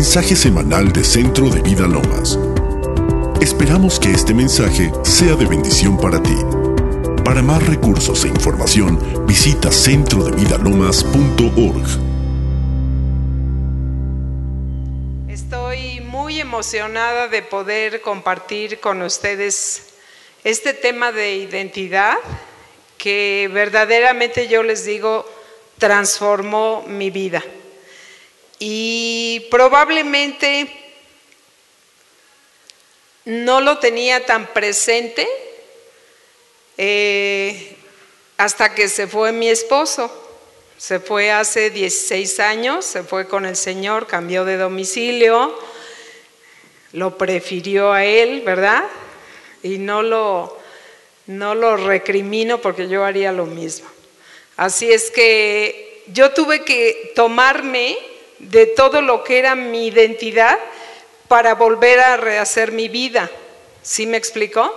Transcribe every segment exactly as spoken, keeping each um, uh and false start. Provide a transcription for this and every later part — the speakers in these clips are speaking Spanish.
mensaje semanal de Centro de Vida Lomas. Esperamos que este mensaje sea de bendición para ti. Para más recursos e información, visita centro de vida lomas punto org. Estoy muy emocionada de poder compartir con ustedes este tema de identidad que verdaderamente, yo les digo, transformó mi vida. Y probablemente no lo tenía tan presente eh, hasta que se fue mi esposo. Se fue hace dieciséis años, se fue con el Señor, cambió de domicilio, lo prefirió a él, ¿verdad? Y no lo, no lo recrimino porque yo haría lo mismo. Así es que yo tuve que tomarme de todo lo que era mi identidad para volver a rehacer mi vida. ¿Sí me explicó?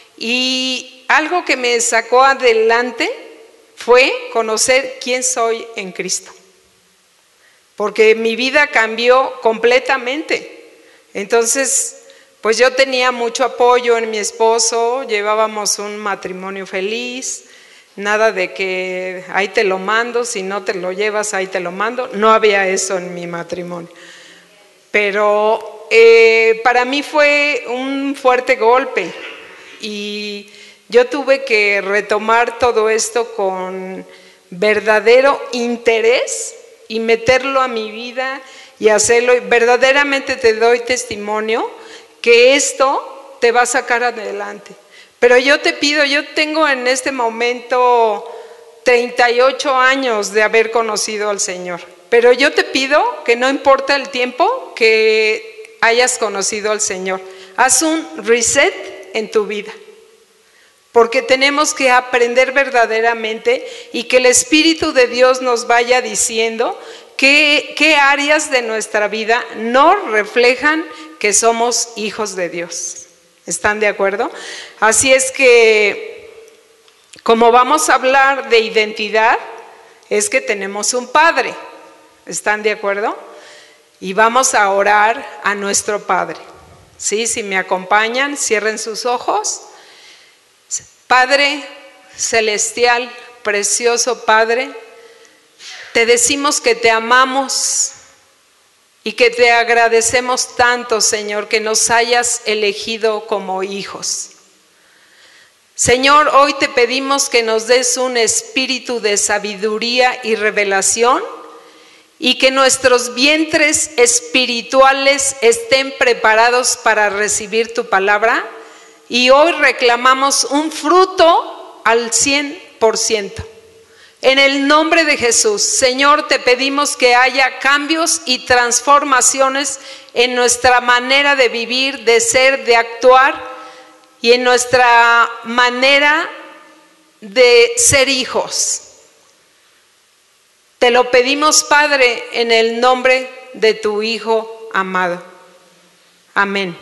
Y algo que me sacó adelante fue conocer quién soy en Cristo, porque mi vida cambió completamente. Entonces, pues yo tenía mucho apoyo en mi esposo, llevábamos un matrimonio feliz, nada de que ahí te lo mando, si no te lo llevas ahí te lo mando, no había eso en mi matrimonio. Pero eh, para mí fue un fuerte golpe y yo tuve que retomar todo esto con verdadero interés y meterlo a mi vida y hacerlo. Verdaderamente te doy testimonio que esto te va a sacar adelante. Pero yo te pido, yo tengo en este momento treinta y ocho años de haber conocido al Señor, pero yo te pido que no importa el tiempo que hayas conocido al Señor, haz un reset en tu vida, porque tenemos que aprender verdaderamente y que el Espíritu de Dios nos vaya diciendo qué, qué áreas de nuestra vida no reflejan que somos hijos de Dios. ¿Están de acuerdo? Así es que, como vamos a hablar de identidad, es que tenemos un Padre. ¿Están de acuerdo? Y vamos a orar a nuestro Padre. ¿Sí? Si me acompañan, cierren sus ojos. Padre celestial, precioso Padre, te decimos que te amamos y que te agradecemos tanto, Señor, que nos hayas elegido como hijos. Señor, hoy te pedimos que nos des un espíritu de sabiduría y revelación y que nuestros vientres espirituales estén preparados para recibir tu palabra, y hoy reclamamos un fruto al cien por ciento. En el nombre de Jesús, Señor, te pedimos que haya cambios y transformaciones en nuestra manera de vivir, de ser, de actuar y en nuestra manera de ser hijos. Te lo pedimos, Padre, en el nombre de tu Hijo amado. Amén.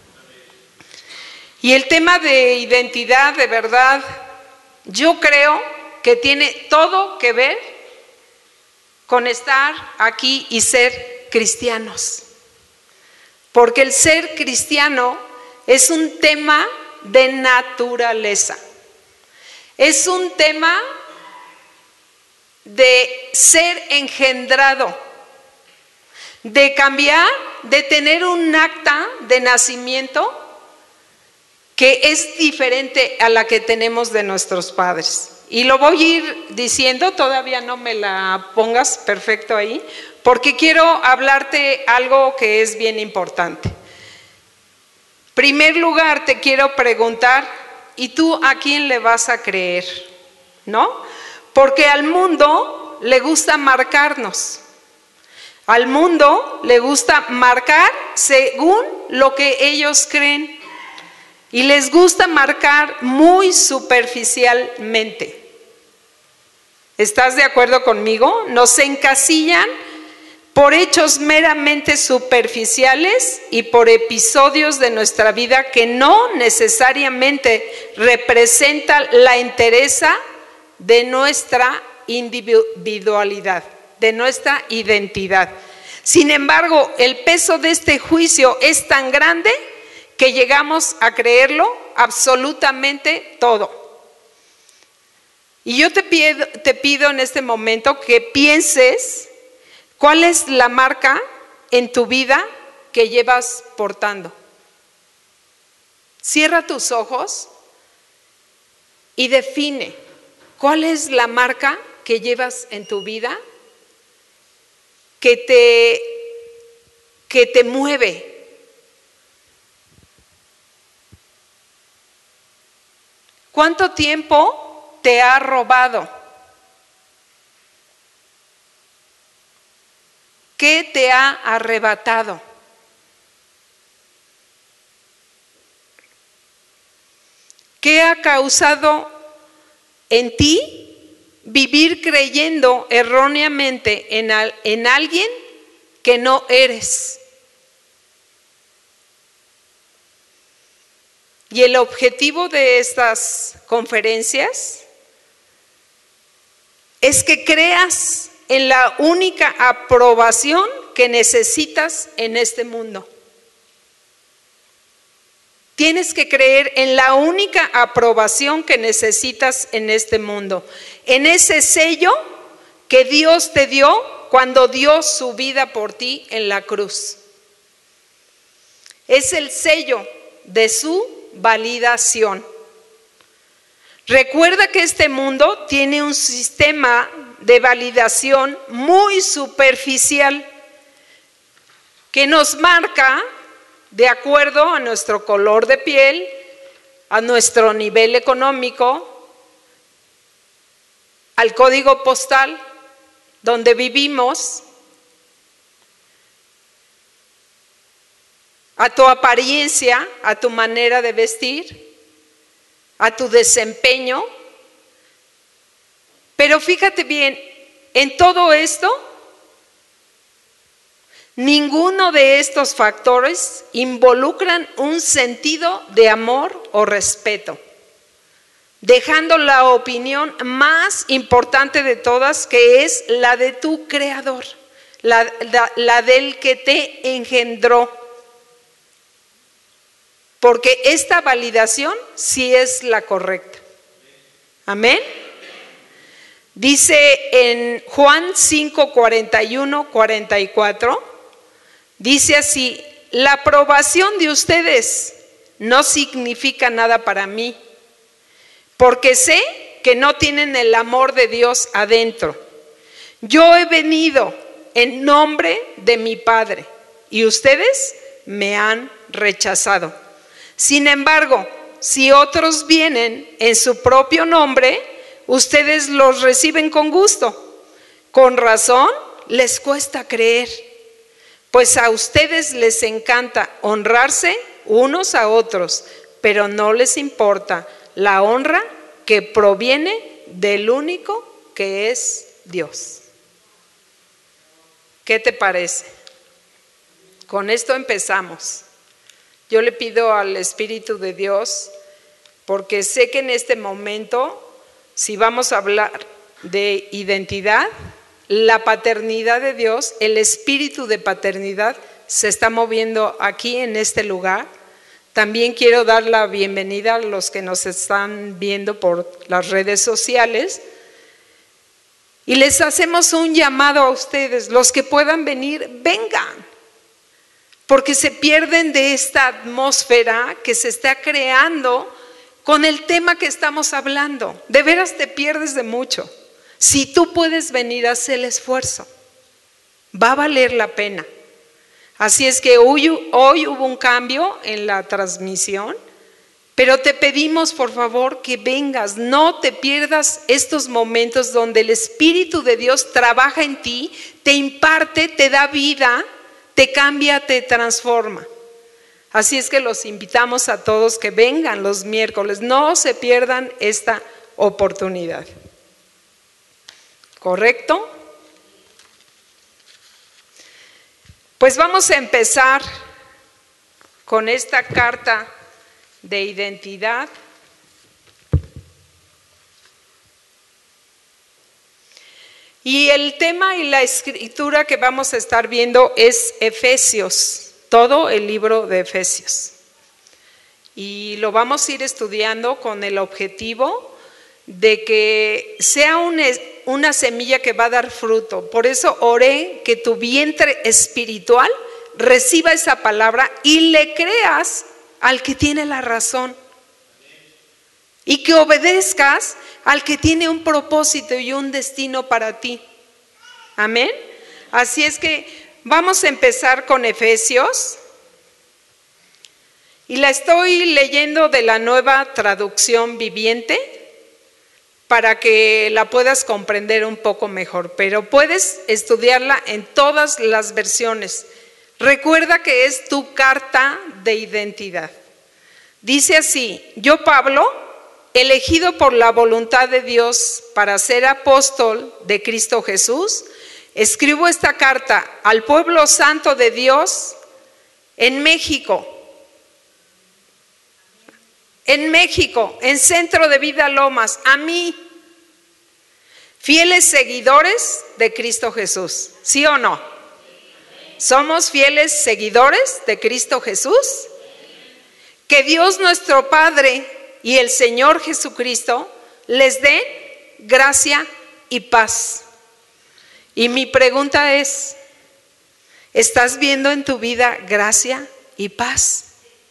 Y el tema de identidad, de verdad, yo creo que tiene todo que ver con estar aquí y ser cristianos. Porque el ser cristiano es un tema de naturaleza. Es un tema de ser engendrado, de cambiar, de tener un acta de nacimiento que es diferente a la que tenemos de nuestros padres. Y lo voy a ir diciendo, todavía no me la pongas perfecto ahí, porque quiero hablarte algo que es bien importante. En primer lugar, te quiero preguntar, ¿y tú a quién le vas a creer? ¿No? Porque al mundo le gusta marcarnos. Al mundo le gusta marcar según lo que ellos creen. Y les gusta marcar muy superficialmente. ¿Estás de acuerdo conmigo? Nos encasillan por hechos meramente superficiales y por episodios de nuestra vida que no necesariamente representan la entereza de nuestra individualidad, de nuestra identidad. Sin embargo, el peso de este juicio es tan grande que llegamos a creerlo absolutamente todo. Y yo te pido, te pido en este momento que pienses cuál es la marca en tu vida que llevas portando. Cierra tus ojos y define cuál es la marca que llevas en tu vida que te, que te mueve. ¿Cuánto tiempo te ha robado? ¿Qué te ha arrebatado? ¿Qué ha causado en ti vivir creyendo erróneamente en, al, en alguien que no eres? Y el objetivo de estas conferencias es que creas en la única aprobación que necesitas en este mundo. Tienes que creer en la única aprobación que necesitas en este mundo, en ese sello que Dios te dio cuando dio su vida por ti en la cruz. Es el sello de su validación. Recuerda que este mundo tiene un sistema de validación muy superficial que nos marca de acuerdo a nuestro color de piel, a nuestro nivel económico, al código postal donde vivimos, a tu apariencia, a tu manera de vestir, a tu desempeño. Pero fíjate bien, en todo esto, ninguno de estos factores involucran un sentido de amor o respeto, dejando la opinión más importante de todas, que es la de tu creador, la, la, la del que te engendró. Porque esta validación sí es la correcta. Amén. Dice en Juan cinco, cuarenta y uno, cuarenta y cuatro, dice así: la aprobación de ustedes no significa nada para mí, porque sé que no tienen el amor de Dios adentro. Yo he venido en nombre de mi Padre y ustedes me han rechazado. Sin embargo, si otros vienen en su propio nombre, ustedes los reciben con gusto. Con razón les cuesta creer, pues a ustedes les encanta honrarse unos a otros, pero no les importa la honra que proviene del único que es Dios. ¿Qué te parece? Con esto empezamos. Yo le pido al Espíritu de Dios, porque sé que en este momento, si vamos a hablar de identidad, la paternidad de Dios, el espíritu de paternidad se está moviendo aquí en este lugar. También quiero dar la bienvenida a los que nos están viendo por las redes sociales. Y les hacemos un llamado a ustedes, los que puedan venir, vengan. Porque se pierden de esta atmósfera que se está creando con el tema que estamos hablando. De veras te pierdes de mucho. Si tú puedes venir, haz el esfuerzo. Va a valer la pena. Así es que hoy, hoy hubo un cambio en la transmisión, pero te pedimos por favor que vengas, no te pierdas estos momentos donde el Espíritu de Dios trabaja en ti, te imparte, te da vida, te cambia, te transforma. Así es que los invitamos a todos que vengan los miércoles, no se pierdan esta oportunidad. ¿Correcto? Pues vamos a empezar con esta carta de identidad. Y el tema y la escritura que vamos a estar viendo es Efesios, todo el libro de Efesios. Y lo vamos a ir estudiando con el objetivo de que sea un, una semilla que va a dar fruto. Por eso oré que tu vientre espiritual reciba esa palabra y le creas al que tiene la razón. Y que obedezcas al que tiene un propósito y un destino para ti. Amén. Así es que vamos a empezar con Efesios. Y la estoy leyendo de la Nueva Traducción Viviente para que la puedas comprender un poco mejor. Pero puedes estudiarla en todas las versiones. Recuerda que es tu carta de identidad. Dice así: yo, Pablo, elegido por la voluntad de Dios para ser apóstol de Cristo Jesús, escribo esta carta al pueblo santo de Dios en México, en México, en Centro de Vida Lomas, a mí, fieles seguidores de Cristo Jesús. ¿Sí o no? ¿Somos fieles seguidores de Cristo Jesús? Que Dios nuestro Padre y el Señor Jesucristo les dé gracia y paz. Y mi pregunta es, ¿estás viendo en tu vida gracia y paz?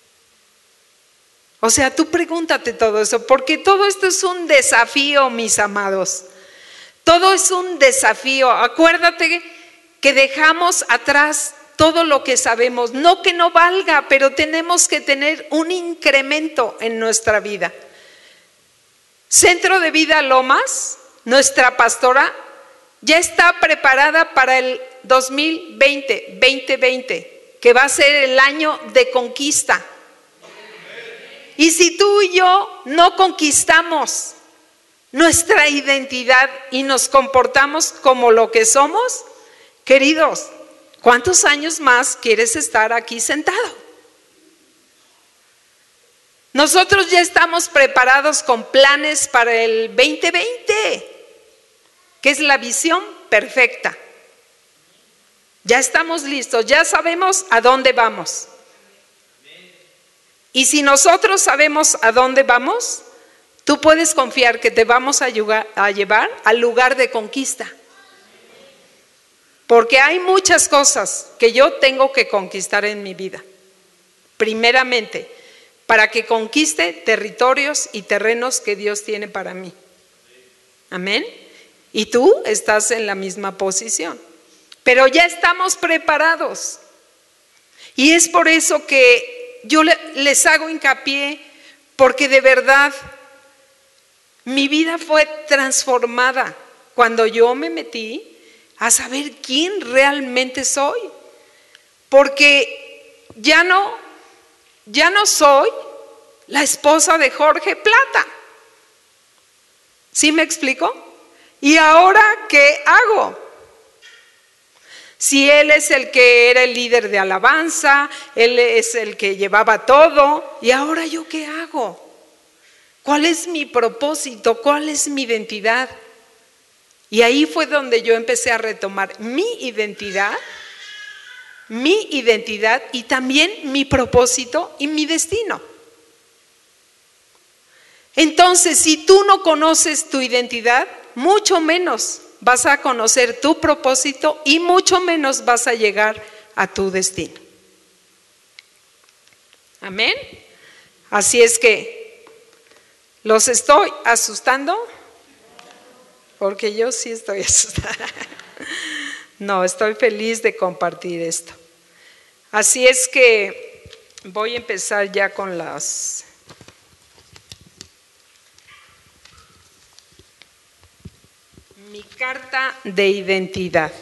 O sea, tú pregúntate todo eso, porque todo esto es un desafío, mis amados. Todo es un desafío. Acuérdate que dejamos atrás todo lo que sabemos, no que no valga, pero tenemos que tener un incremento en nuestra vida. Centro de Vida Lomas, nuestra pastora, ya está preparada para el dos mil veinte, veinte veinte, que va a ser el año de conquista. Y si tú y yo no conquistamos nuestra identidad y nos comportamos como lo que somos, queridos, ¿cuántos años más quieres estar aquí sentado? Nosotros ya estamos preparados con planes para el veinte veinte, que es la visión perfecta. Ya estamos listos, ya sabemos a dónde vamos. Y si nosotros sabemos a dónde vamos, tú puedes confiar que te vamos a, ayudar, a llevar al lugar de conquista. Porque hay muchas cosas que yo tengo que conquistar en mi vida. Primeramente, para que conquiste territorios y terrenos que Dios tiene para mí. Amén. Y tú estás en la misma posición. Pero ya estamos preparados. Y es por eso que yo les hago hincapié, porque de verdad mi vida fue transformada cuando yo me metí a saber quién realmente soy, porque ya no, ya no soy la esposa de Jorge Plata. ¿Sí me explico? ¿Y ahora qué hago? Si él es el que era el líder de alabanza, él es el que llevaba todo, ¿y ahora yo qué hago? ¿Cuál es mi propósito? ¿Cuál es mi identidad? Y ahí fue donde yo empecé a retomar mi identidad, mi identidad y también mi propósito y mi destino. Entonces, si tú no conoces tu identidad, mucho menos vas a conocer tu propósito y mucho menos vas a llegar a tu destino. Amén. Así es que, ¿los estoy asustando? Porque yo sí estoy asustada. No, estoy feliz de compartir esto. Así es que voy a empezar ya con las... Mi carta de identidad.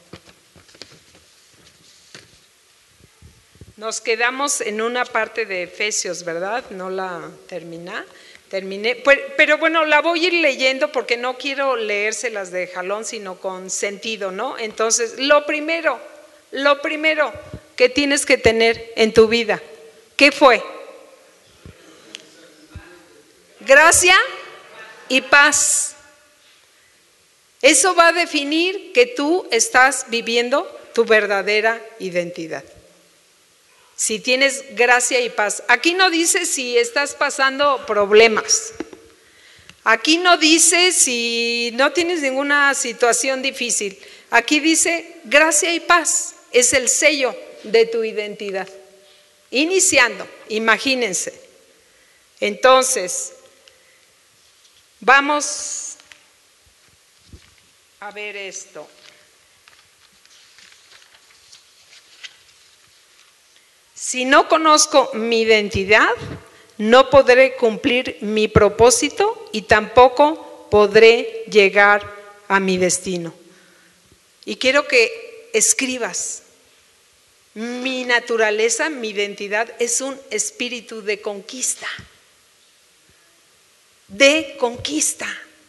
Nos quedamos en una parte de Efesios, ¿verdad? No la terminé. Terminé, pero bueno, la voy a ir leyendo porque no quiero leérselas de jalón, sino con sentido, ¿no? Entonces, lo primero, lo primero que tienes que tener en tu vida, ¿qué fue? Gracia y paz. Eso va a definir que tú estás viviendo tu verdadera identidad. Si tienes gracia y paz. Aquí no dice si estás pasando problemas. Aquí no dice si no tienes ninguna situación difícil. Aquí dice gracia y paz. Es el sello de tu identidad. Iniciando, imagínense. Entonces, vamos a ver esto. Si no conozco mi identidad, no podré cumplir mi propósito y tampoco podré llegar a mi destino. Y quiero que escribas, mi naturaleza, mi identidad es un espíritu de conquista, de conquista.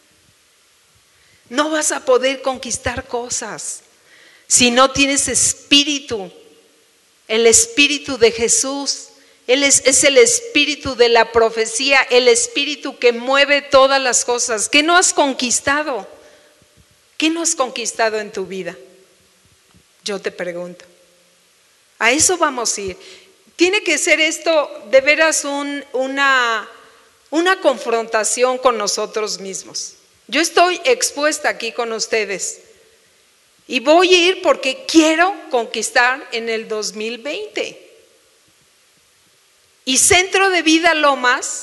No vas a poder conquistar cosas si no tienes espíritu, el espíritu de Jesús. Él es, es el espíritu de la profecía, el espíritu que mueve todas las cosas. ¿Qué no has conquistado? ¿Qué no has conquistado en tu vida? Yo te pregunto. A eso vamos a ir. Tiene que ser esto de veras un, una, una confrontación con nosotros mismos. Yo estoy expuesta aquí con ustedes y voy a ir porque quiero conquistar en el dos mil veinte. Y Centro de Vida Lomas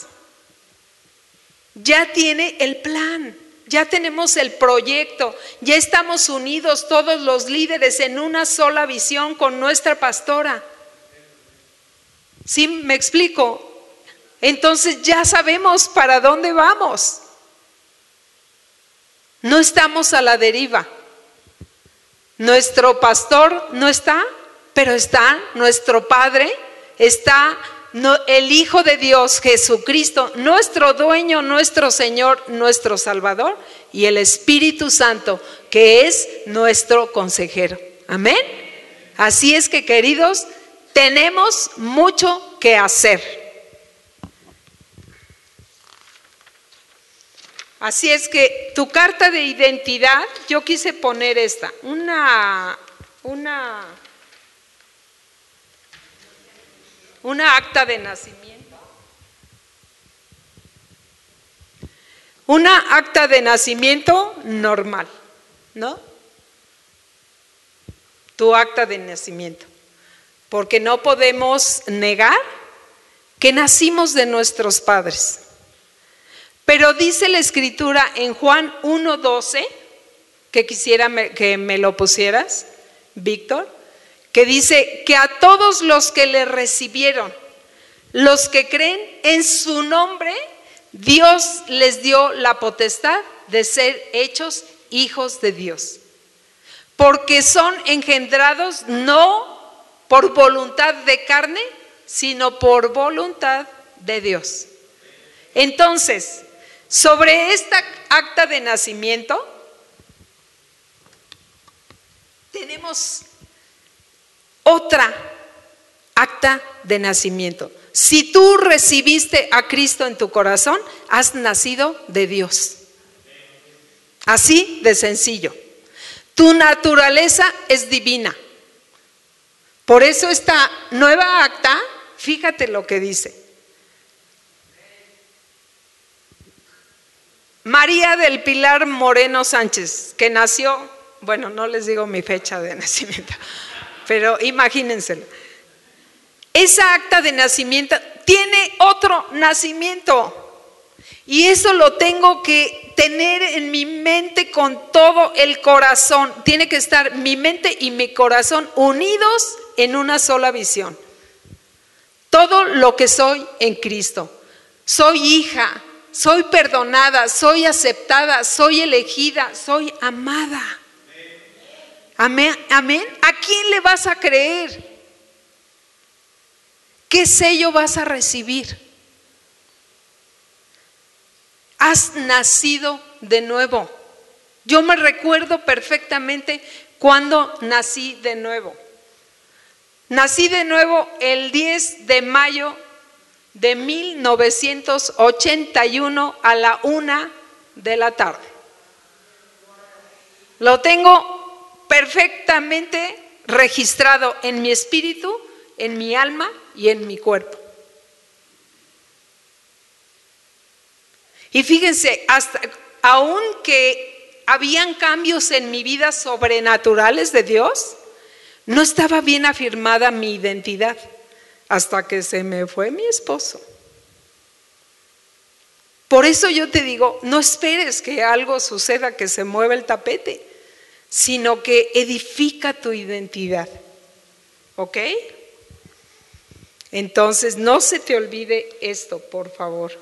ya tiene el plan, ya tenemos el proyecto, ya estamos unidos todos los líderes en una sola visión con nuestra pastora. ¿Sí me explico? Entonces ya sabemos para dónde vamos. No estamos a la deriva. Nuestro pastor no está, pero está nuestro Padre, está no, el Hijo de Dios, Jesucristo, nuestro dueño, nuestro Señor, nuestro Salvador, y el Espíritu Santo, que es nuestro consejero. Amén. Así es que, queridos, tenemos mucho que hacer. Así es que tu carta de identidad, yo quise poner esta, una, una, una acta de nacimiento. Una acta de nacimiento normal, ¿no? Tu acta de nacimiento. Porque no podemos negar que nacimos de nuestros padres. Pero dice la Escritura en Juan uno doce, que quisiera me, que me lo pusieras, Víctor, que dice que a todos los que le recibieron, los que creen en su nombre, Dios les dio la potestad de ser hechos hijos de Dios. Porque son engendrados no por voluntad de carne, sino por voluntad de Dios. Entonces, sobre esta acta de nacimiento, tenemos otra acta de nacimiento. Si tú recibiste a Cristo en tu corazón, has nacido de Dios. Así de sencillo. Tu naturaleza es divina. Por eso esta nueva acta, fíjate lo que dice. María del Pilar Moreno Sánchez, que nació, bueno, no les digo mi fecha de nacimiento, pero imagínenselo. Esa acta de nacimiento tiene otro nacimiento y eso lo tengo que tener en mi mente con todo el corazón. Tiene que estar mi mente y mi corazón unidos en una sola visión. Todo lo que soy en Cristo. Soy hija. Soy perdonada, soy aceptada, soy elegida, soy amada. Amén, amén. ¿A quién le vas a creer? ¿Qué sello vas a recibir? Has nacido de nuevo. Yo me recuerdo perfectamente cuando nací de nuevo. Nací de nuevo el diez de mayo de mil novecientos ochenta y uno a la una de la tarde. Lo tengo perfectamente registrado en mi espíritu, en mi alma y en mi cuerpo. Y fíjense, hasta aunque habían cambios en mi vida sobrenaturales de Dios, no estaba bien afirmada mi identidad hasta que se me fue mi esposo. Por eso yo te digo, no esperes que algo suceda, que se mueva el tapete, sino que edifica tu identidad. ¿Ok? Entonces, no se te olvide esto, por favor.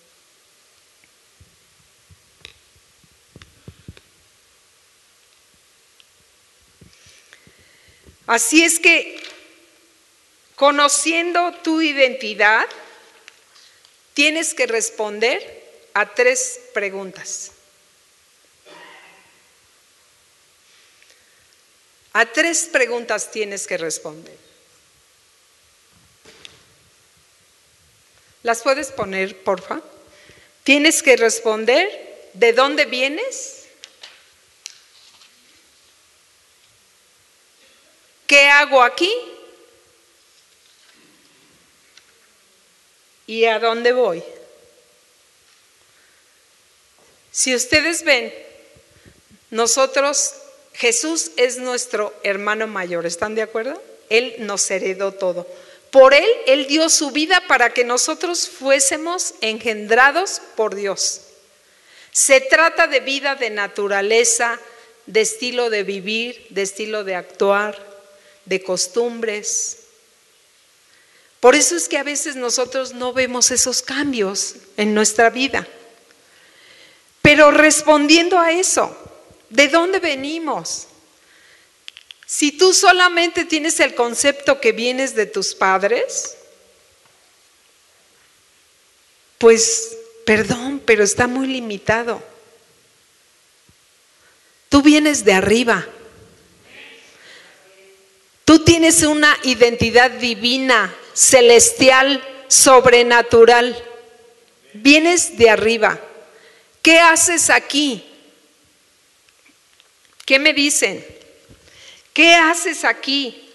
Así es que, conociendo tu identidad, tienes que responder a tres preguntas. A tres preguntas tienes que responder. ¿Las puedes poner, porfa? Tienes que responder ¿de dónde vienes? ¿Qué hago aquí? ¿Y a dónde voy? Si ustedes ven, nosotros, Jesús es nuestro hermano mayor, ¿están de acuerdo? Él nos heredó todo. Por Él, Él dio su vida para que nosotros fuésemos engendrados por Dios. Se trata de vida, de naturaleza, de estilo de vivir, de estilo de actuar, de costumbres. Por eso es que a veces nosotros no vemos esos cambios en nuestra vida. Pero respondiendo a eso, ¿de dónde venimos? Si tú solamente tienes el concepto que vienes de tus padres, pues perdón, pero está muy limitado. Tú vienes de arriba. Tú tienes una identidad divina, celestial, sobrenatural. Vienes de arriba. ¿Qué haces aquí? ¿Qué me dicen? ¿Qué haces aquí?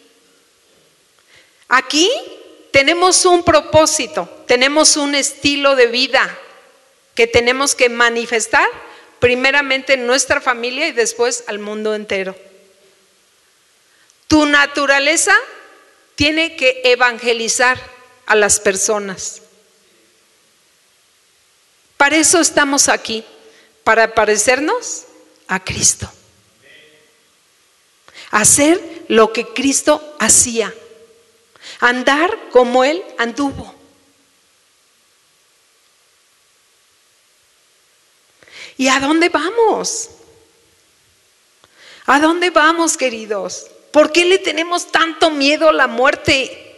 Aquí tenemos un propósito, tenemos un estilo de vida que tenemos que manifestar primeramente en nuestra familia y después al mundo entero. Tu naturaleza tiene que evangelizar a las personas. Para eso estamos aquí, para parecernos a Cristo. Hacer lo que Cristo hacía, andar como Él anduvo. ¿Y a dónde vamos? ¿A dónde vamos, queridos? ¿Por qué le tenemos tanto miedo a la muerte?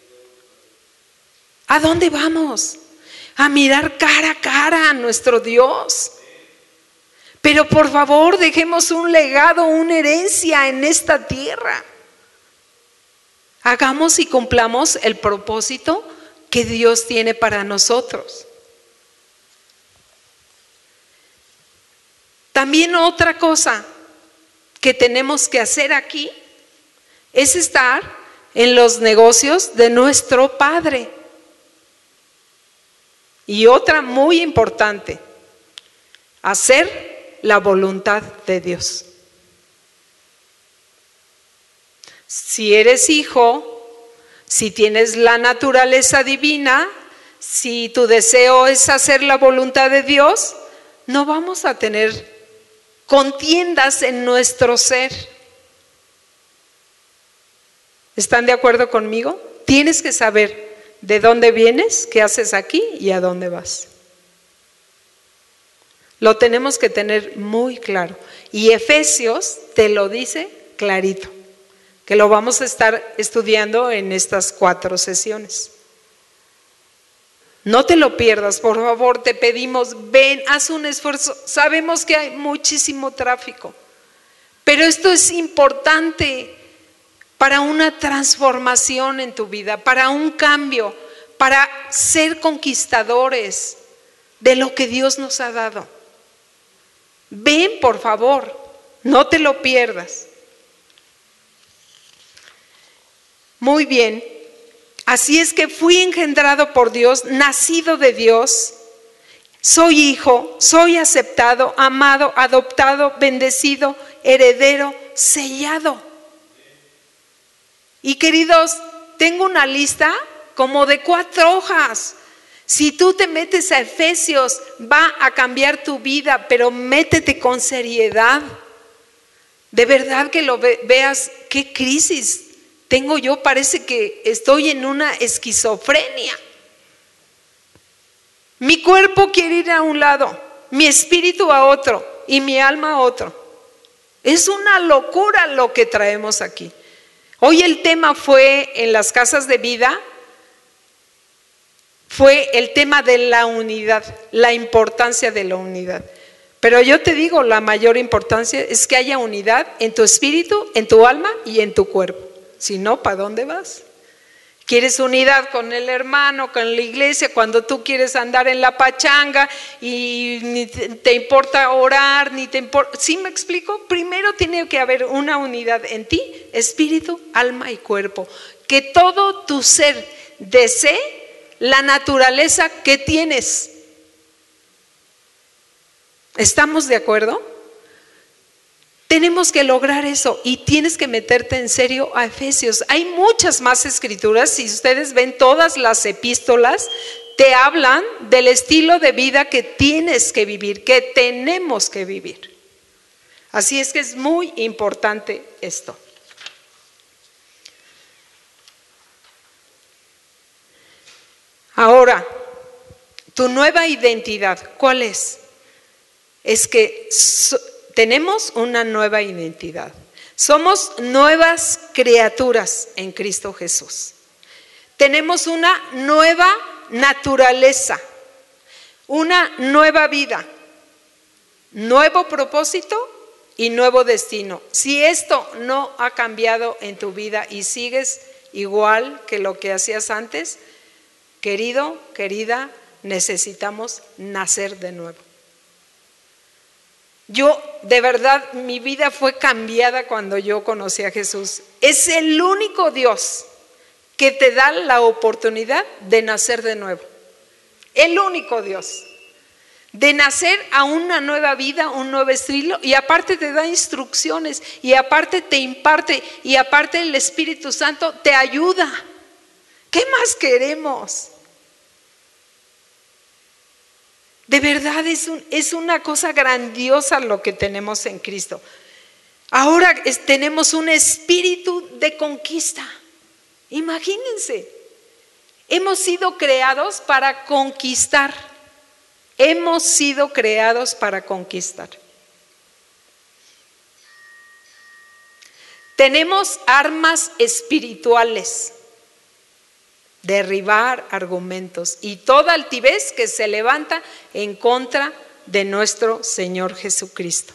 ¿A dónde vamos? A mirar cara a cara a nuestro Dios. Pero por favor, dejemos un legado, una herencia en esta tierra. Hagamos y cumplamos el propósito que Dios tiene para nosotros. También otra cosa que tenemos que hacer aquí es estar en los negocios de nuestro Padre. Y otra muy importante, hacer la voluntad de Dios. Si eres hijo, si tienes la naturaleza divina, si tu deseo es hacer la voluntad de Dios, no vamos a tener contiendas en nuestro ser. ¿Están de acuerdo conmigo? Tienes que saber de dónde vienes, qué haces aquí y a dónde vas. Lo tenemos que tener muy claro. Y Efesios te lo dice clarito, que lo vamos a estar estudiando en estas cuatro sesiones. No te lo pierdas, por favor, te pedimos, ven, haz un esfuerzo. Sabemos que hay muchísimo tráfico, pero esto es importante para una transformación en tu vida, para un cambio, para ser conquistadores de lo que Dios nos ha dado. Ven, por favor, No te lo pierdas. Muy bien. Así es que fui engendrado por Dios, nacido de Dios. Soy hijo, soy aceptado, amado, adoptado, bendecido, heredero, sellado. Y queridos, tengo una lista como de cuatro hojas. Si tú te metes a Efesios, va a cambiar tu vida, pero métete con seriedad. De verdad que lo ve, veas, qué crisis tengo yo, parece que estoy en una esquizofrenia. Mi cuerpo quiere ir a un lado, mi espíritu a otro y mi alma a otro. Es una locura lo que traemos aquí. Hoy el tema fue en las casas de vida, fue el tema de la unidad, la importancia de la unidad. Pero yo te digo, la mayor importancia es que haya unidad en tu espíritu, en tu alma y en tu cuerpo. Si no, ¿para dónde vas? ¿Quieres unidad con el hermano, con la iglesia, cuando tú quieres andar en la pachanga y ni te, te importa orar, ni te importa? ¿Sí me explico? Primero tiene que haber una unidad en ti, espíritu, alma y cuerpo. Que todo tu ser desee la naturaleza que tienes. ¿Estamos de acuerdo? Tenemos que lograr eso y tienes que meterte en serio a Efesios. Hay muchas más escrituras, si ustedes ven todas las epístolas, te hablan del estilo de vida que tienes que vivir, que tenemos que vivir. Así es que es muy importante esto. Ahora, tu nueva identidad, ¿cuál es? Es que so, tenemos una nueva identidad. Somos nuevas criaturas en Cristo Jesús. Tenemos una nueva naturaleza, una nueva vida, nuevo propósito y nuevo destino. Si esto no ha cambiado en tu vida y sigues igual que lo que hacías antes, querido, querida, necesitamos nacer de nuevo. Yo, de verdad, mi vida fue cambiada cuando yo conocí a Jesús. Es el único Dios que te da la oportunidad de nacer de nuevo. El único Dios. De nacer a una nueva vida, un nuevo estilo, y aparte te da instrucciones, y aparte te imparte, y aparte el Espíritu Santo te ayuda. ¿Qué más queremos? De verdad es, un, es una cosa grandiosa lo que tenemos en Cristo. Ahora es, tenemos un espíritu de conquista. Imagínense, hemos sido creados para conquistar. Hemos sido creados para conquistar. Tenemos armas espirituales. Derribar argumentos y toda altivez que se levanta en contra de nuestro Señor Jesucristo.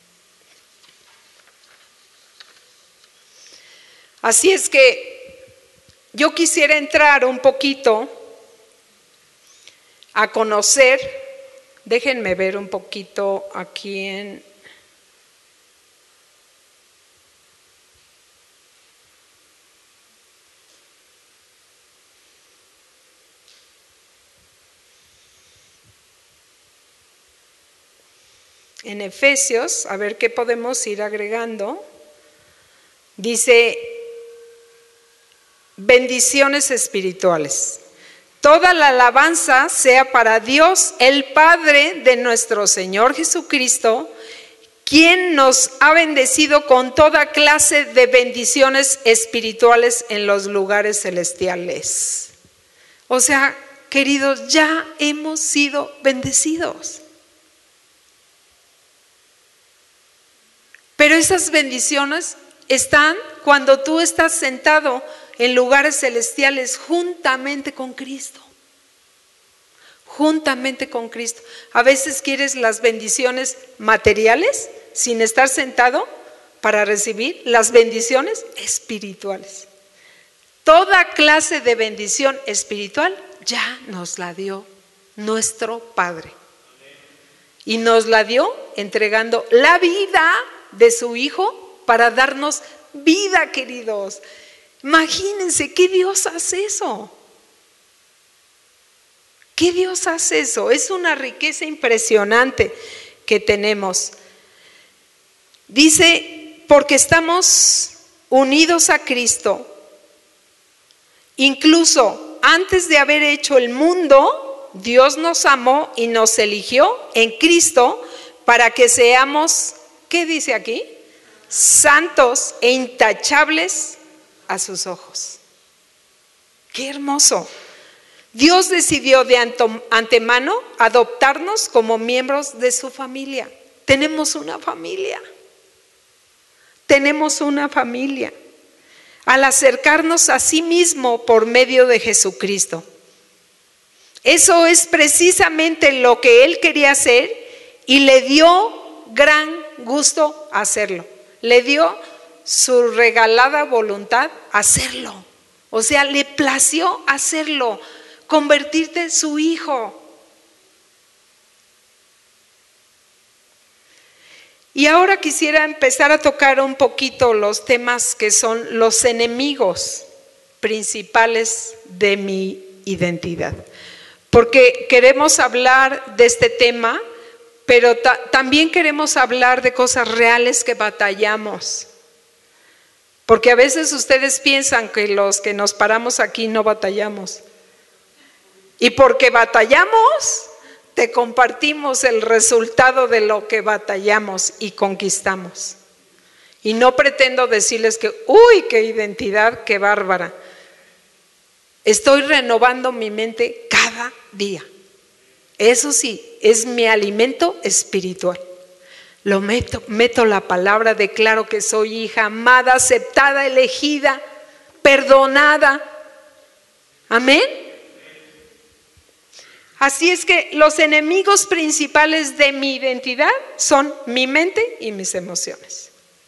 Así es que yo quisiera entrar un poquito a conocer, déjenme ver un poquito aquí en... En Efesios, a ver qué podemos ir agregando. Dice, bendiciones espirituales. Toda la alabanza sea para Dios, el Padre de nuestro Señor Jesucristo, quien nos ha bendecido con toda clase de bendiciones espirituales en los lugares celestiales. O sea, queridos, ya hemos sido bendecidos. Pero esas bendiciones están cuando tú estás sentado en lugares celestiales juntamente con Cristo. Juntamente con Cristo. A veces quieres las bendiciones materiales sin estar sentado para recibir las bendiciones espirituales. Toda clase de bendición espiritual ya nos la dio nuestro Padre. Y nos la dio entregando la vida de su Hijo para darnos vida, queridos. Imagínense, ¿qué Dios hace eso? ¿Qué Dios hace eso? Es una riqueza impresionante que tenemos. Dice, porque estamos unidos a Cristo. Incluso antes de haber hecho el mundo, Dios nos amó y nos eligió en Cristo para que seamos, ¿qué dice aquí? Santos e intachables a sus ojos. ¡Qué hermoso! Dios decidió de antemano adoptarnos como miembros de su familia. Tenemos una familia. Tenemos una familia. Al acercarnos a sí mismo por medio de Jesucristo. Eso es precisamente lo que Él quería hacer y le dio gran gusto hacerlo. Le dio su regalada voluntad hacerlo. O sea, le plació hacerlo. Convertirte en su hijo. Y ahora quisiera empezar a tocar un poquito los temas que son los enemigos principales de mi identidad. Porque queremos hablar de este tema, pero ta- también queremos hablar de cosas reales que batallamos. Porque a veces ustedes piensan que los que nos paramos aquí no batallamos. Y porque batallamos, te compartimos el resultado de lo que batallamos y conquistamos. Y no pretendo decirles que, uy, qué identidad, qué bárbara. Estoy renovando mi mente cada día. Eso sí, es mi alimento espiritual. Lo meto, meto la palabra, declaro que soy hija amada, aceptada, elegida, perdonada. Amén. Así es que los enemigos principales de mi identidad son mi mente y mis emociones.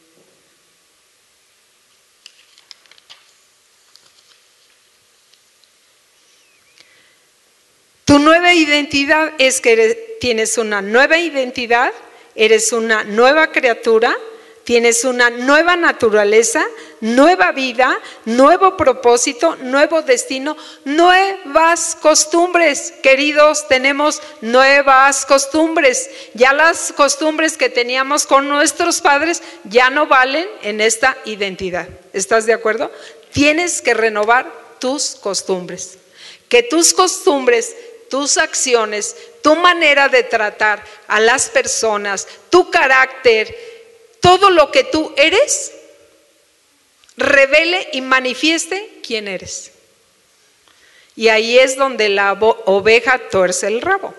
Tu nueva identidad es que eres, tienes una nueva identidad, eres una nueva criatura, tienes una nueva naturaleza, nueva vida, nuevo propósito, nuevo destino, nuevas costumbres. Queridos, tenemos nuevas costumbres. Ya las costumbres que teníamos con nuestros padres ya no valen en esta identidad. ¿Estás de acuerdo? Tienes que renovar tus costumbres. Que tus costumbres, tus acciones, tu manera de tratar a las personas, tu carácter, todo lo que tú eres, revele y manifieste quién eres. Y ahí es donde la oveja tuerce el rabo,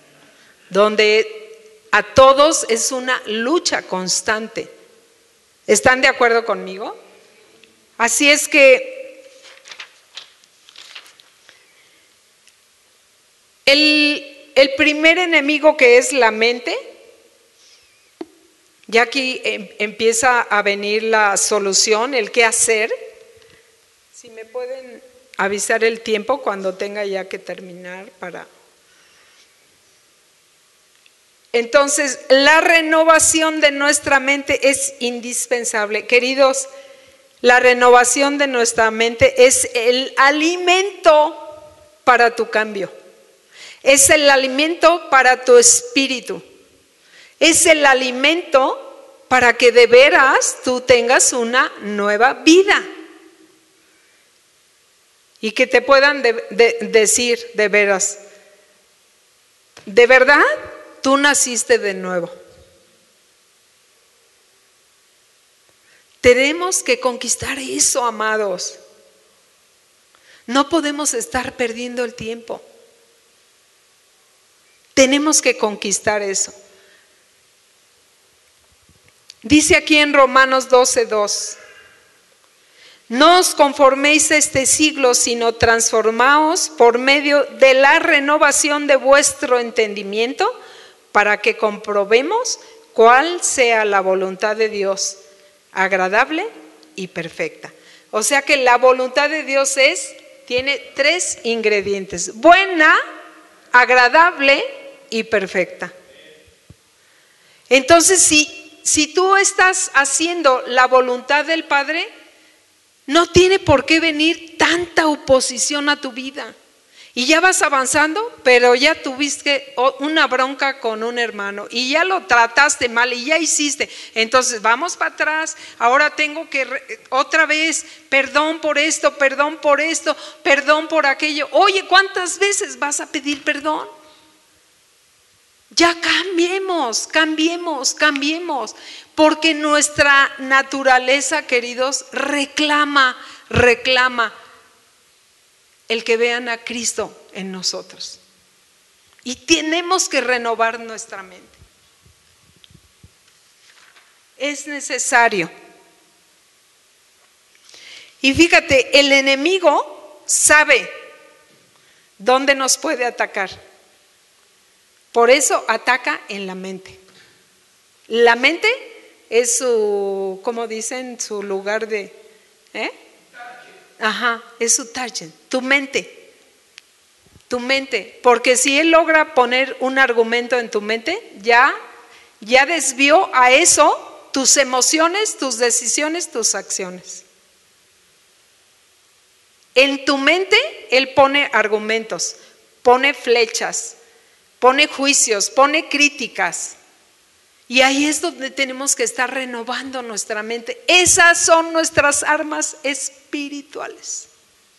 donde a todos es una lucha constante. ¿Están de acuerdo conmigo? Así es que el, el primer enemigo, que es la mente, ya aquí empieza a venir la solución, el qué hacer. Si me pueden avisar el tiempo cuando tenga ya que terminar para... Entonces, la renovación de nuestra mente es indispensable. Queridos, la renovación de nuestra mente es el alimento para tu cambio. Es el alimento para tu espíritu. Es el alimento para que de veras tú tengas una nueva vida. Y que te puedan de, de, decir de veras, ¿de verdad tú naciste de nuevo? Tenemos que conquistar eso, amados. No podemos estar perdiendo el tiempo. Tenemos que conquistar eso. Dice aquí en Romanos doce dos, no os conforméis a este siglo, sino transformaos por medio de la renovación de vuestro entendimiento, para que comprobemos cuál sea la voluntad de Dios, agradable y perfecta. O sea que la voluntad de Dios es, tiene tres ingredientes: buena, agradable y perfecta. Entonces, si si tú estás haciendo la voluntad del Padre, no tiene por qué venir tanta oposición a tu vida. Y ya vas avanzando, pero ya tuviste una bronca con un hermano y ya lo trataste mal y ya hiciste. Entonces vamos para atrás, ahora tengo que otra vez, perdón por esto, perdón por esto, perdón por aquello. Oye, ¿cuántas veces vas a pedir perdón? Ya cambiemos, cambiemos, cambiemos, porque nuestra naturaleza, queridos, reclama, reclama el que vean a Cristo en nosotros. Y tenemos que renovar nuestra mente. Es necesario. Y fíjate, el enemigo sabe dónde nos puede atacar. Por eso ataca en la mente. La mente es su, ¿cómo dicen? Su lugar de... ¿eh? Ajá, es su target, tu mente, tu mente, porque si él logra poner un argumento en tu mente, ya, ya desvió a eso tus emociones, tus decisiones, tus acciones. En tu mente él pone argumentos, pone flechas, pone juicios, pone críticas. Y ahí es donde tenemos que estar renovando nuestra mente. Esas son nuestras armas espirituales.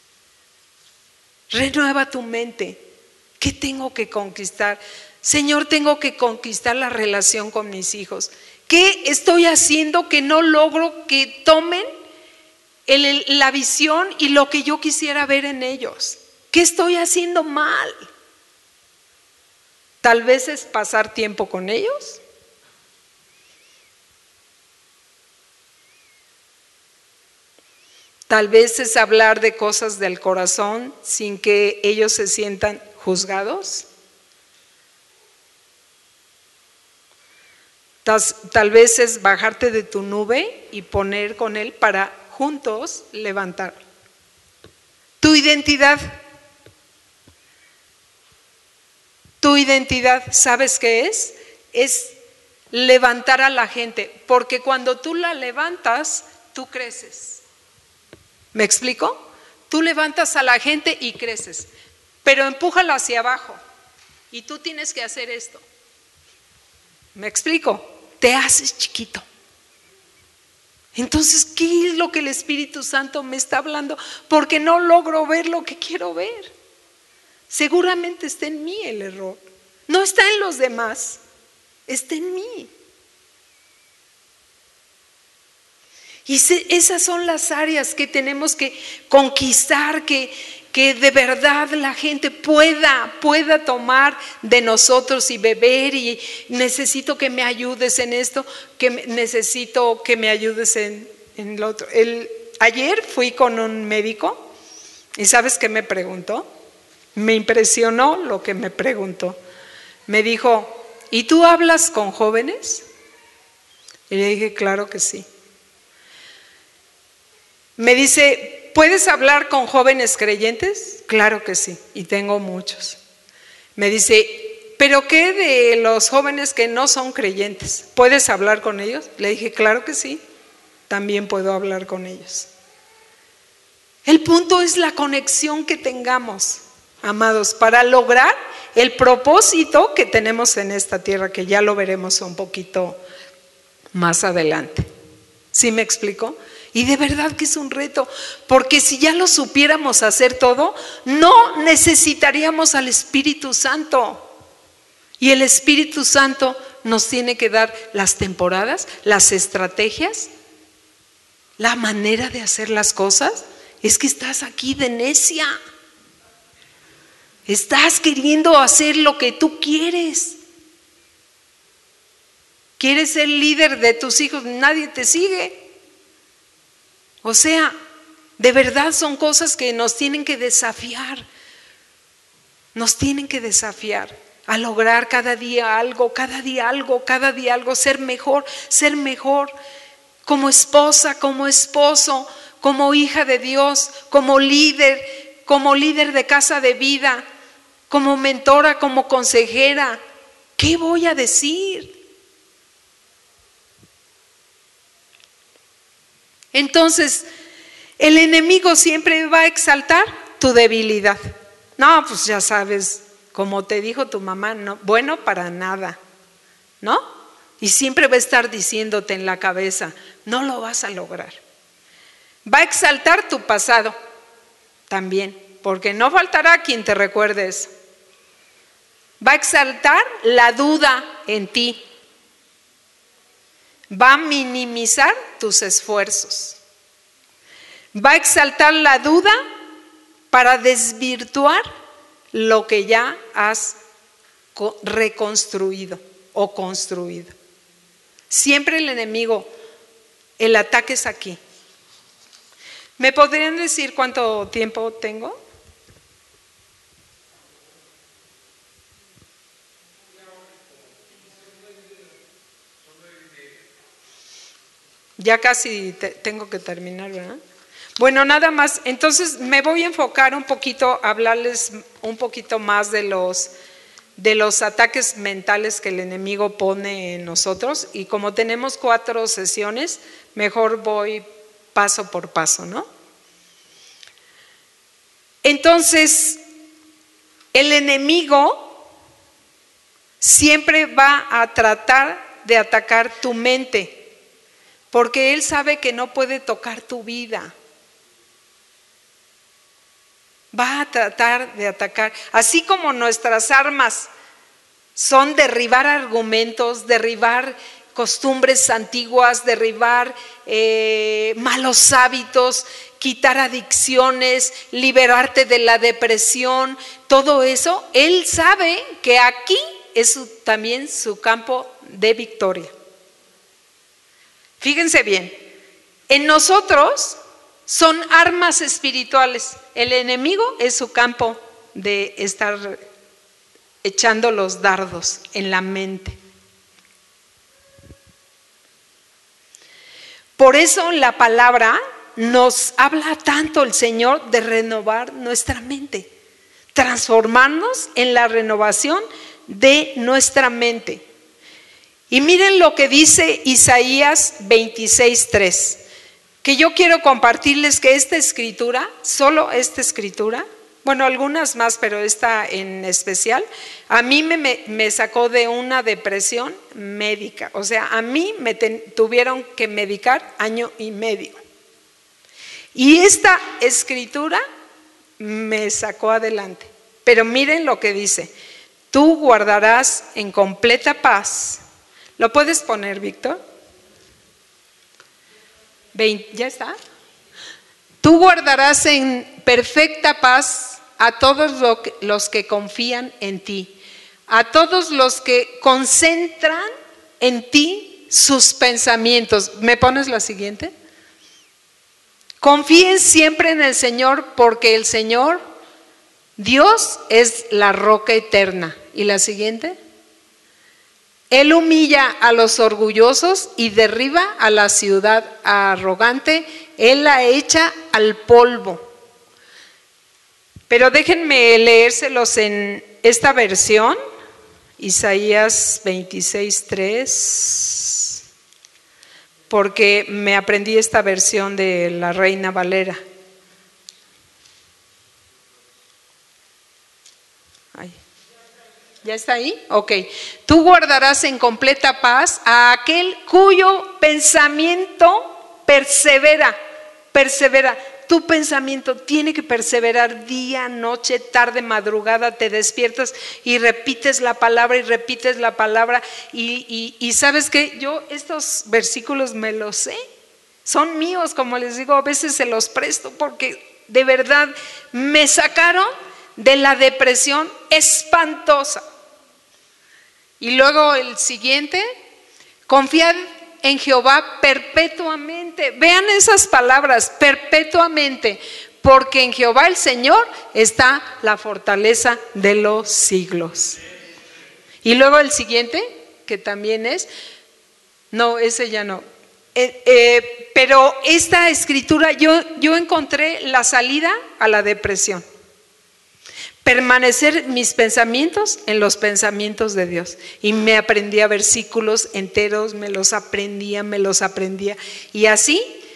Renueva tu mente. ¿Qué tengo que conquistar? Señor, tengo que conquistar la relación con mis hijos. ¿Qué estoy haciendo que no logro que tomen el, la visión y lo que yo quisiera ver en ellos? ¿Qué estoy haciendo mal? Tal vez es pasar tiempo con ellos. Tal vez es hablar de cosas del corazón sin que ellos se sientan juzgados. Tal, tal vez es bajarte de tu nube y poner con él para juntos levantar. Tu identidad. Tu identidad, ¿sabes qué es? Es levantar a la gente, porque cuando tú la levantas, tú creces. ¿Me explico? Tú levantas a la gente y creces, pero empújala hacia abajo y tú tienes que hacer esto. ¿Me explico? Te haces chiquito. Entonces, ¿qué es lo que el Espíritu Santo me está hablando? Porque no logro ver lo que quiero ver. Seguramente está en mí el error. No está en los demás, está en mí. Y esas son las áreas que tenemos que conquistar, que, que de verdad la gente pueda, pueda tomar de nosotros y beber. Y necesito que me ayudes en esto, que necesito que me ayudes en, en lo otro. El, ayer fui con un médico y ¿sabes qué me preguntó? Me impresionó lo que me preguntó. Me dijo, ¿y tú hablas con jóvenes? Y le dije, claro que sí. Me dice, ¿puedes hablar con jóvenes creyentes? Claro que sí, y tengo muchos. Me dice, ¿pero qué de los jóvenes que no son creyentes? ¿Puedes hablar con ellos? Le dije, claro que sí, también puedo hablar con ellos. El punto es la conexión que tengamos, amados, para lograr el propósito que tenemos en esta tierra, que ya lo veremos un poquito más adelante. ¿Sí me explico? Y de verdad que es un reto, porque si ya lo supiéramos hacer todo, no necesitaríamos al Espíritu Santo. Y el Espíritu Santo nos tiene que dar las temporadas, las estrategias, la manera de hacer las cosas. Es que estás aquí de necia. Estás queriendo hacer lo que tú quieres. Quieres ser líder de tus hijos, nadie te sigue. O sea, de verdad son cosas que nos tienen que desafiar. Nos tienen que desafiar a lograr cada día algo, cada día algo, cada día algo, ser mejor, ser mejor como esposa, como esposo, como hija de Dios, como líder, como líder de casa de vida, como mentora, como consejera. ¿Qué voy a decir? Entonces, el enemigo siempre va a exaltar tu debilidad. No, pues ya sabes, como te dijo tu mamá, no, bueno para nada, ¿no? Y siempre va a estar diciéndote en la cabeza, no lo vas a lograr. Va a exaltar tu pasado también, porque no faltará quien te recuerde eso. Va a exaltar la duda en ti. Va a minimizar tus esfuerzos. Va a exaltar la duda para desvirtuar lo que ya has reconstruido o construido. Siempre el enemigo, el ataque es aquí. ¿Me podrían decir cuánto tiempo tengo? Ya casi te, tengo que terminar, ¿verdad? Bueno, nada más. Entonces me voy a enfocar un poquito, a hablarles un poquito más de los, de los ataques mentales que el enemigo pone en nosotros. Y como tenemos cuatro sesiones, mejor voy paso por paso, ¿no? Entonces, el enemigo siempre va a tratar de atacar tu mente, porque él sabe que no puede tocar tu vida. Va a tratar de atacar, así como nuestras armas son derribar argumentos, derribar costumbres antiguas, derribar eh, malos hábitos, quitar adicciones, liberarte de la depresión, todo eso. Él sabe que aquí es su, también su campo de victoria. Fíjense bien, en nosotros son armas espirituales. El enemigo es su campo de estar echando los dardos en la mente. Por eso la palabra nos habla tanto el Señor de renovar nuestra mente, transformarnos en la renovación de nuestra mente. Y miren lo que dice Isaías veintiséis tres, que yo quiero compartirles que esta escritura, solo esta escritura, bueno, algunas más, pero esta en especial, a mí me, me, me sacó de una depresión médica. O sea, a mí me ten, tuvieron que medicar año y medio. Y esta escritura me sacó adelante. Pero miren lo que dice: tú guardarás en completa paz. ¿Lo puedes poner, Víctor? ¿Ya está? Tú guardarás en perfecta paz a todos los que confían en ti, a todos los que concentran en ti sus pensamientos. ¿Me pones la siguiente? Confíen siempre en el Señor, porque el Señor, Dios, es la roca eterna. ¿Y la siguiente? Él humilla a los orgullosos y derriba a la ciudad arrogante. Él la echa al polvo. Pero déjenme leérselos en esta versión, Isaías veintiséis tres, porque me aprendí esta versión de la Reina Valera. Ay. ¿Ya está ahí? Ok. Tú guardarás en completa paz a aquel cuyo pensamiento persevera, persevera. Tu pensamiento tiene que perseverar día, noche, tarde, madrugada. Te despiertas y repites la palabra y repites la palabra. Y, y, y ¿sabes qué? Yo estos versículos me los sé. Son míos, como les digo, a veces se los presto porque de verdad me sacaron de la depresión espantosa. Y luego el siguiente: confiad en Jehová perpetuamente. Vean esas palabras, perpetuamente, porque en Jehová el Señor está la fortaleza de los siglos. Y luego el siguiente, que también es, no, ese ya no. Eh, eh, pero esta escritura yo, yo encontré la salida a la depresión. Permanecer mis pensamientos en los pensamientos de Dios. Y me aprendía versículos enteros, me los aprendía, me los aprendía. Y así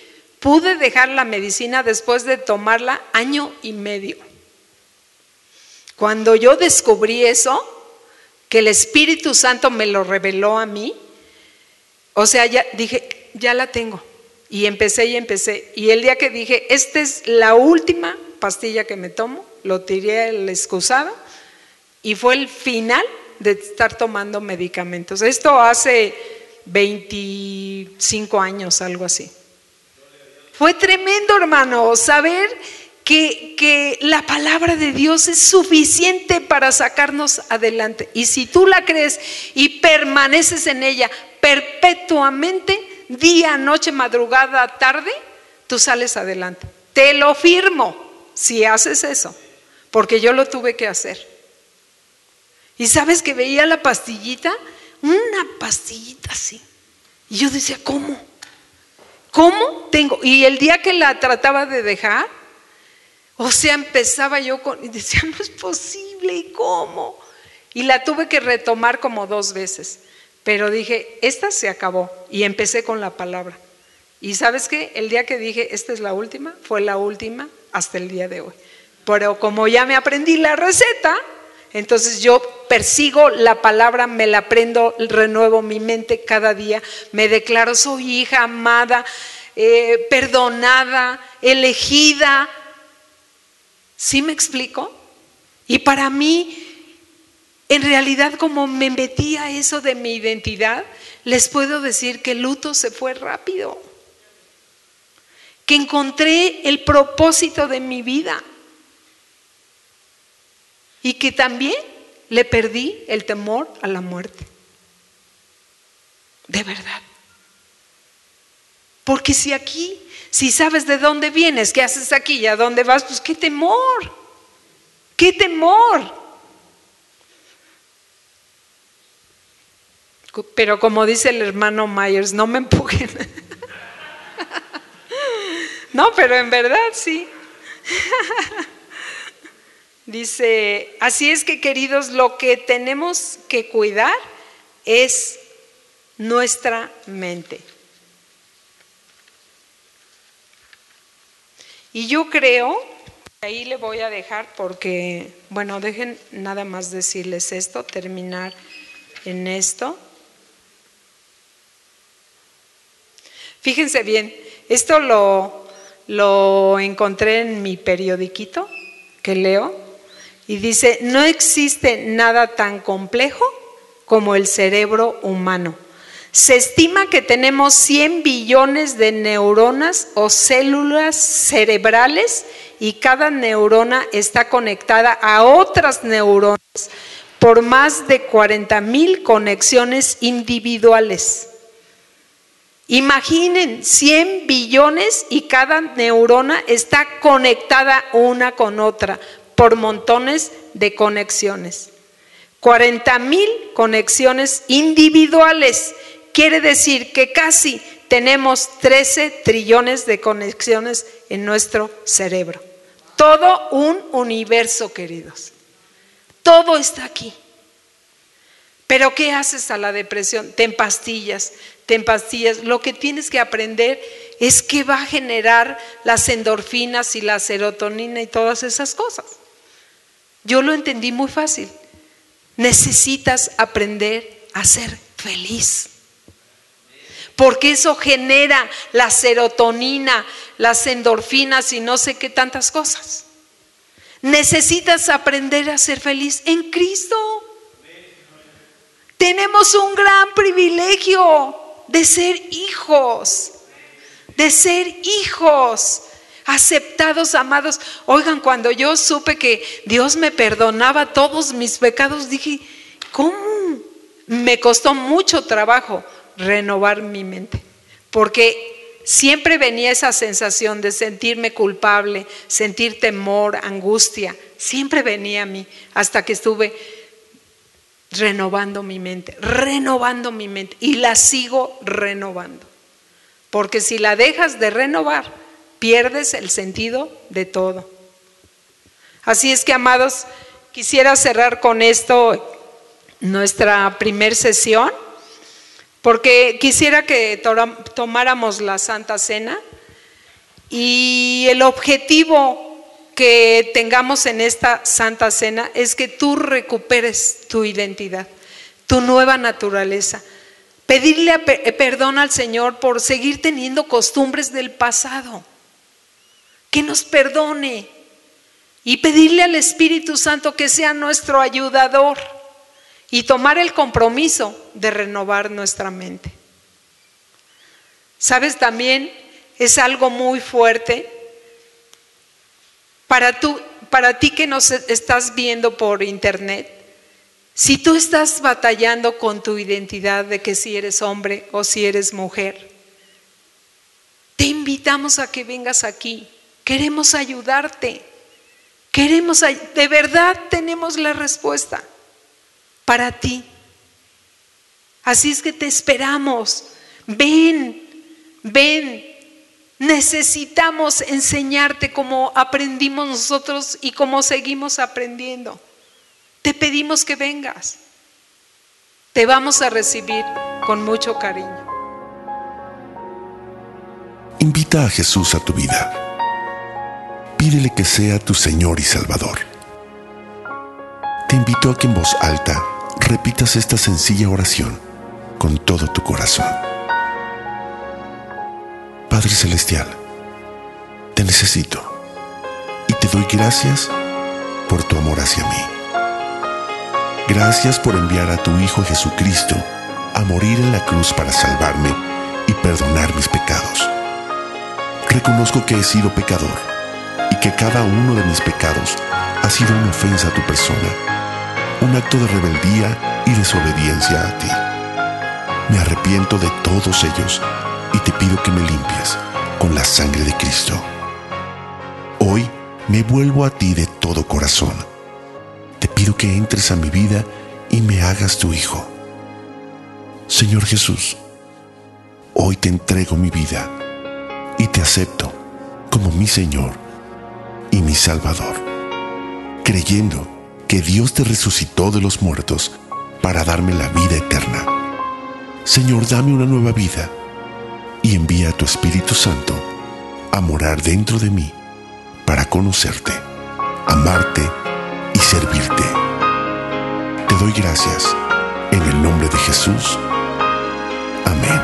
Pude dejar la medicina después de tomarla año y medio. Cuando yo descubrí eso, que el Espíritu Santo me lo reveló a mí, o sea, ya dije, ya la tengo. Y empecé y empecé. Y el día que dije, esta es la última pastilla que me tomo, lo tiré al excusado y fue el final de estar tomando medicamentos. Esto hace veinticinco años, algo así. Fue tremendo, hermano, saber que, que la palabra de Dios es suficiente para sacarnos adelante. Y si tú la crees y permaneces en ella perpetuamente, día, noche, madrugada, tarde, tú sales adelante. Te lo firmo si haces eso, porque yo lo tuve que hacer. Y sabes que veía la pastillita, una pastillita así, y yo decía, ¿cómo? ¿Cómo tengo? Y el día que la trataba de dejar, o sea, empezaba yo con, y decía, no es posible, ¿y cómo? Y la tuve que retomar como dos veces, pero dije, esta se acabó, y empecé con la palabra. Y ¿sabes qué? El día que dije, esta es la última, fue la última hasta el día de hoy. Pero como ya me aprendí la receta, entonces yo persigo la palabra, me la aprendo, renuevo mi mente cada día, me declaro, soy hija amada, eh, perdonada, elegida. ¿Sí me explico? Y para mí, en realidad, como me metí a eso de mi identidad, les puedo decir que el luto se fue rápido, que encontré el propósito de mi vida y que también le perdí el temor a la muerte. De verdad. Porque si aquí, si sabes de dónde vienes, qué haces aquí y a dónde vas, pues qué temor, qué temor. Pero como dice el hermano Myers, no me empujen. No, pero en verdad sí. Dice, así es que, queridos, lo que tenemos que cuidar es nuestra mente. Y yo creo, ahí le voy a dejar porque, bueno, dejen nada más decirles esto, terminar en esto. Fíjense bien, esto lo, lo encontré en mi periodiquito que leo y dice, no existe nada tan complejo como el cerebro humano. Se estima que tenemos cien billones de neuronas o células cerebrales y cada neurona está conectada a otras neuronas por más de cuarenta mil conexiones individuales. Imaginen, cien billones y cada neurona está conectada una con otra por montones de conexiones. cuarenta mil conexiones individuales. Quiere decir que casi tenemos trece trillones de conexiones en nuestro cerebro. Todo un universo, queridos. Todo está aquí. Pero ¿qué haces a la depresión? Te empastillas, te empastillas. Lo que tienes que aprender es que va a generar las endorfinas y la serotonina y todas esas cosas. Yo lo entendí muy fácil. Necesitas aprender a ser feliz. Porque eso genera la serotonina, las endorfinas y no sé qué tantas cosas. Necesitas aprender a ser feliz en Cristo. Tenemos un gran privilegio de ser hijos, de ser hijos, aceptados, amados. Oigan, cuando yo supe que Dios me perdonaba todos mis pecados, dije, ¿cómo? Me costó mucho trabajo renovar mi mente, porque siempre venía esa sensación de sentirme culpable, sentir temor, angustia, siempre venía a mí, hasta que estuve renovando mi mente, renovando mi mente y la sigo renovando, porque si la dejas de renovar, pierdes el sentido de todo. Así es que, amados, quisiera cerrar con esto nuestra primer sesión, porque quisiera que tomáramos la Santa Cena Y el objetivo que tengamos en esta Santa Cena es que tú recuperes tu identidad, tu nueva naturaleza. Pedirle perdón al Señor por seguir teniendo costumbres del pasado. Que nos perdone. Y pedirle al Espíritu Santo que sea nuestro ayudador. Y tomar el compromiso de renovar nuestra mente. ¿Sabes? También es algo muy fuerte para, tú, para ti que nos estás viendo por internet. Si tú estás batallando con tu identidad de que si eres hombre o si eres mujer, te invitamos a que vengas aquí. Queremos ayudarte. Queremos, de verdad tenemos la respuesta para ti. Así es que te esperamos. Ven, ven. Necesitamos enseñarte como aprendimos nosotros y como seguimos aprendiendo. Te pedimos que vengas. Te vamos a recibir con mucho cariño. Invita a Jesús a tu vida. Pídele que sea tu Señor y Salvador. Te invito a que en voz alta repitas esta sencilla oración con todo tu corazón. Padre Celestial, te necesito y te doy gracias por tu amor hacia mí. Gracias por enviar a tu Hijo Jesucristo a morir en la cruz para salvarme y perdonar mis pecados. Reconozco que he sido pecador y que cada uno de mis pecados ha sido una ofensa a tu persona, un acto de rebeldía y desobediencia a ti. Me arrepiento de todos ellos y te pido que me limpies con la sangre de Cristo. Hoy me vuelvo a ti de todo corazón. Te pido que entres a mi vida y me hagas tu hijo. Señor Jesús, hoy te entrego mi vida y te acepto como mi Señor y mi Salvador, creyendo que Dios te resucitó de los muertos para darme la vida eterna. Señor, dame una nueva vida y envía a tu Espíritu Santo a morar dentro de mí para conocerte, amarte y servirte. Te doy gracias en el nombre de Jesús. Amén.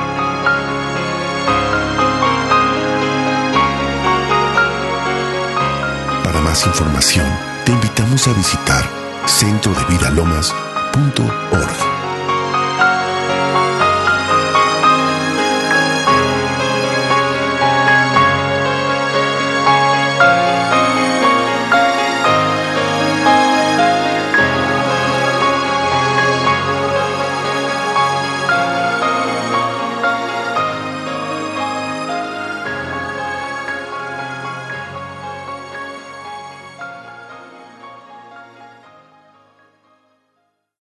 Para más información, te invitamos a visitar centro de vida lomas punto org.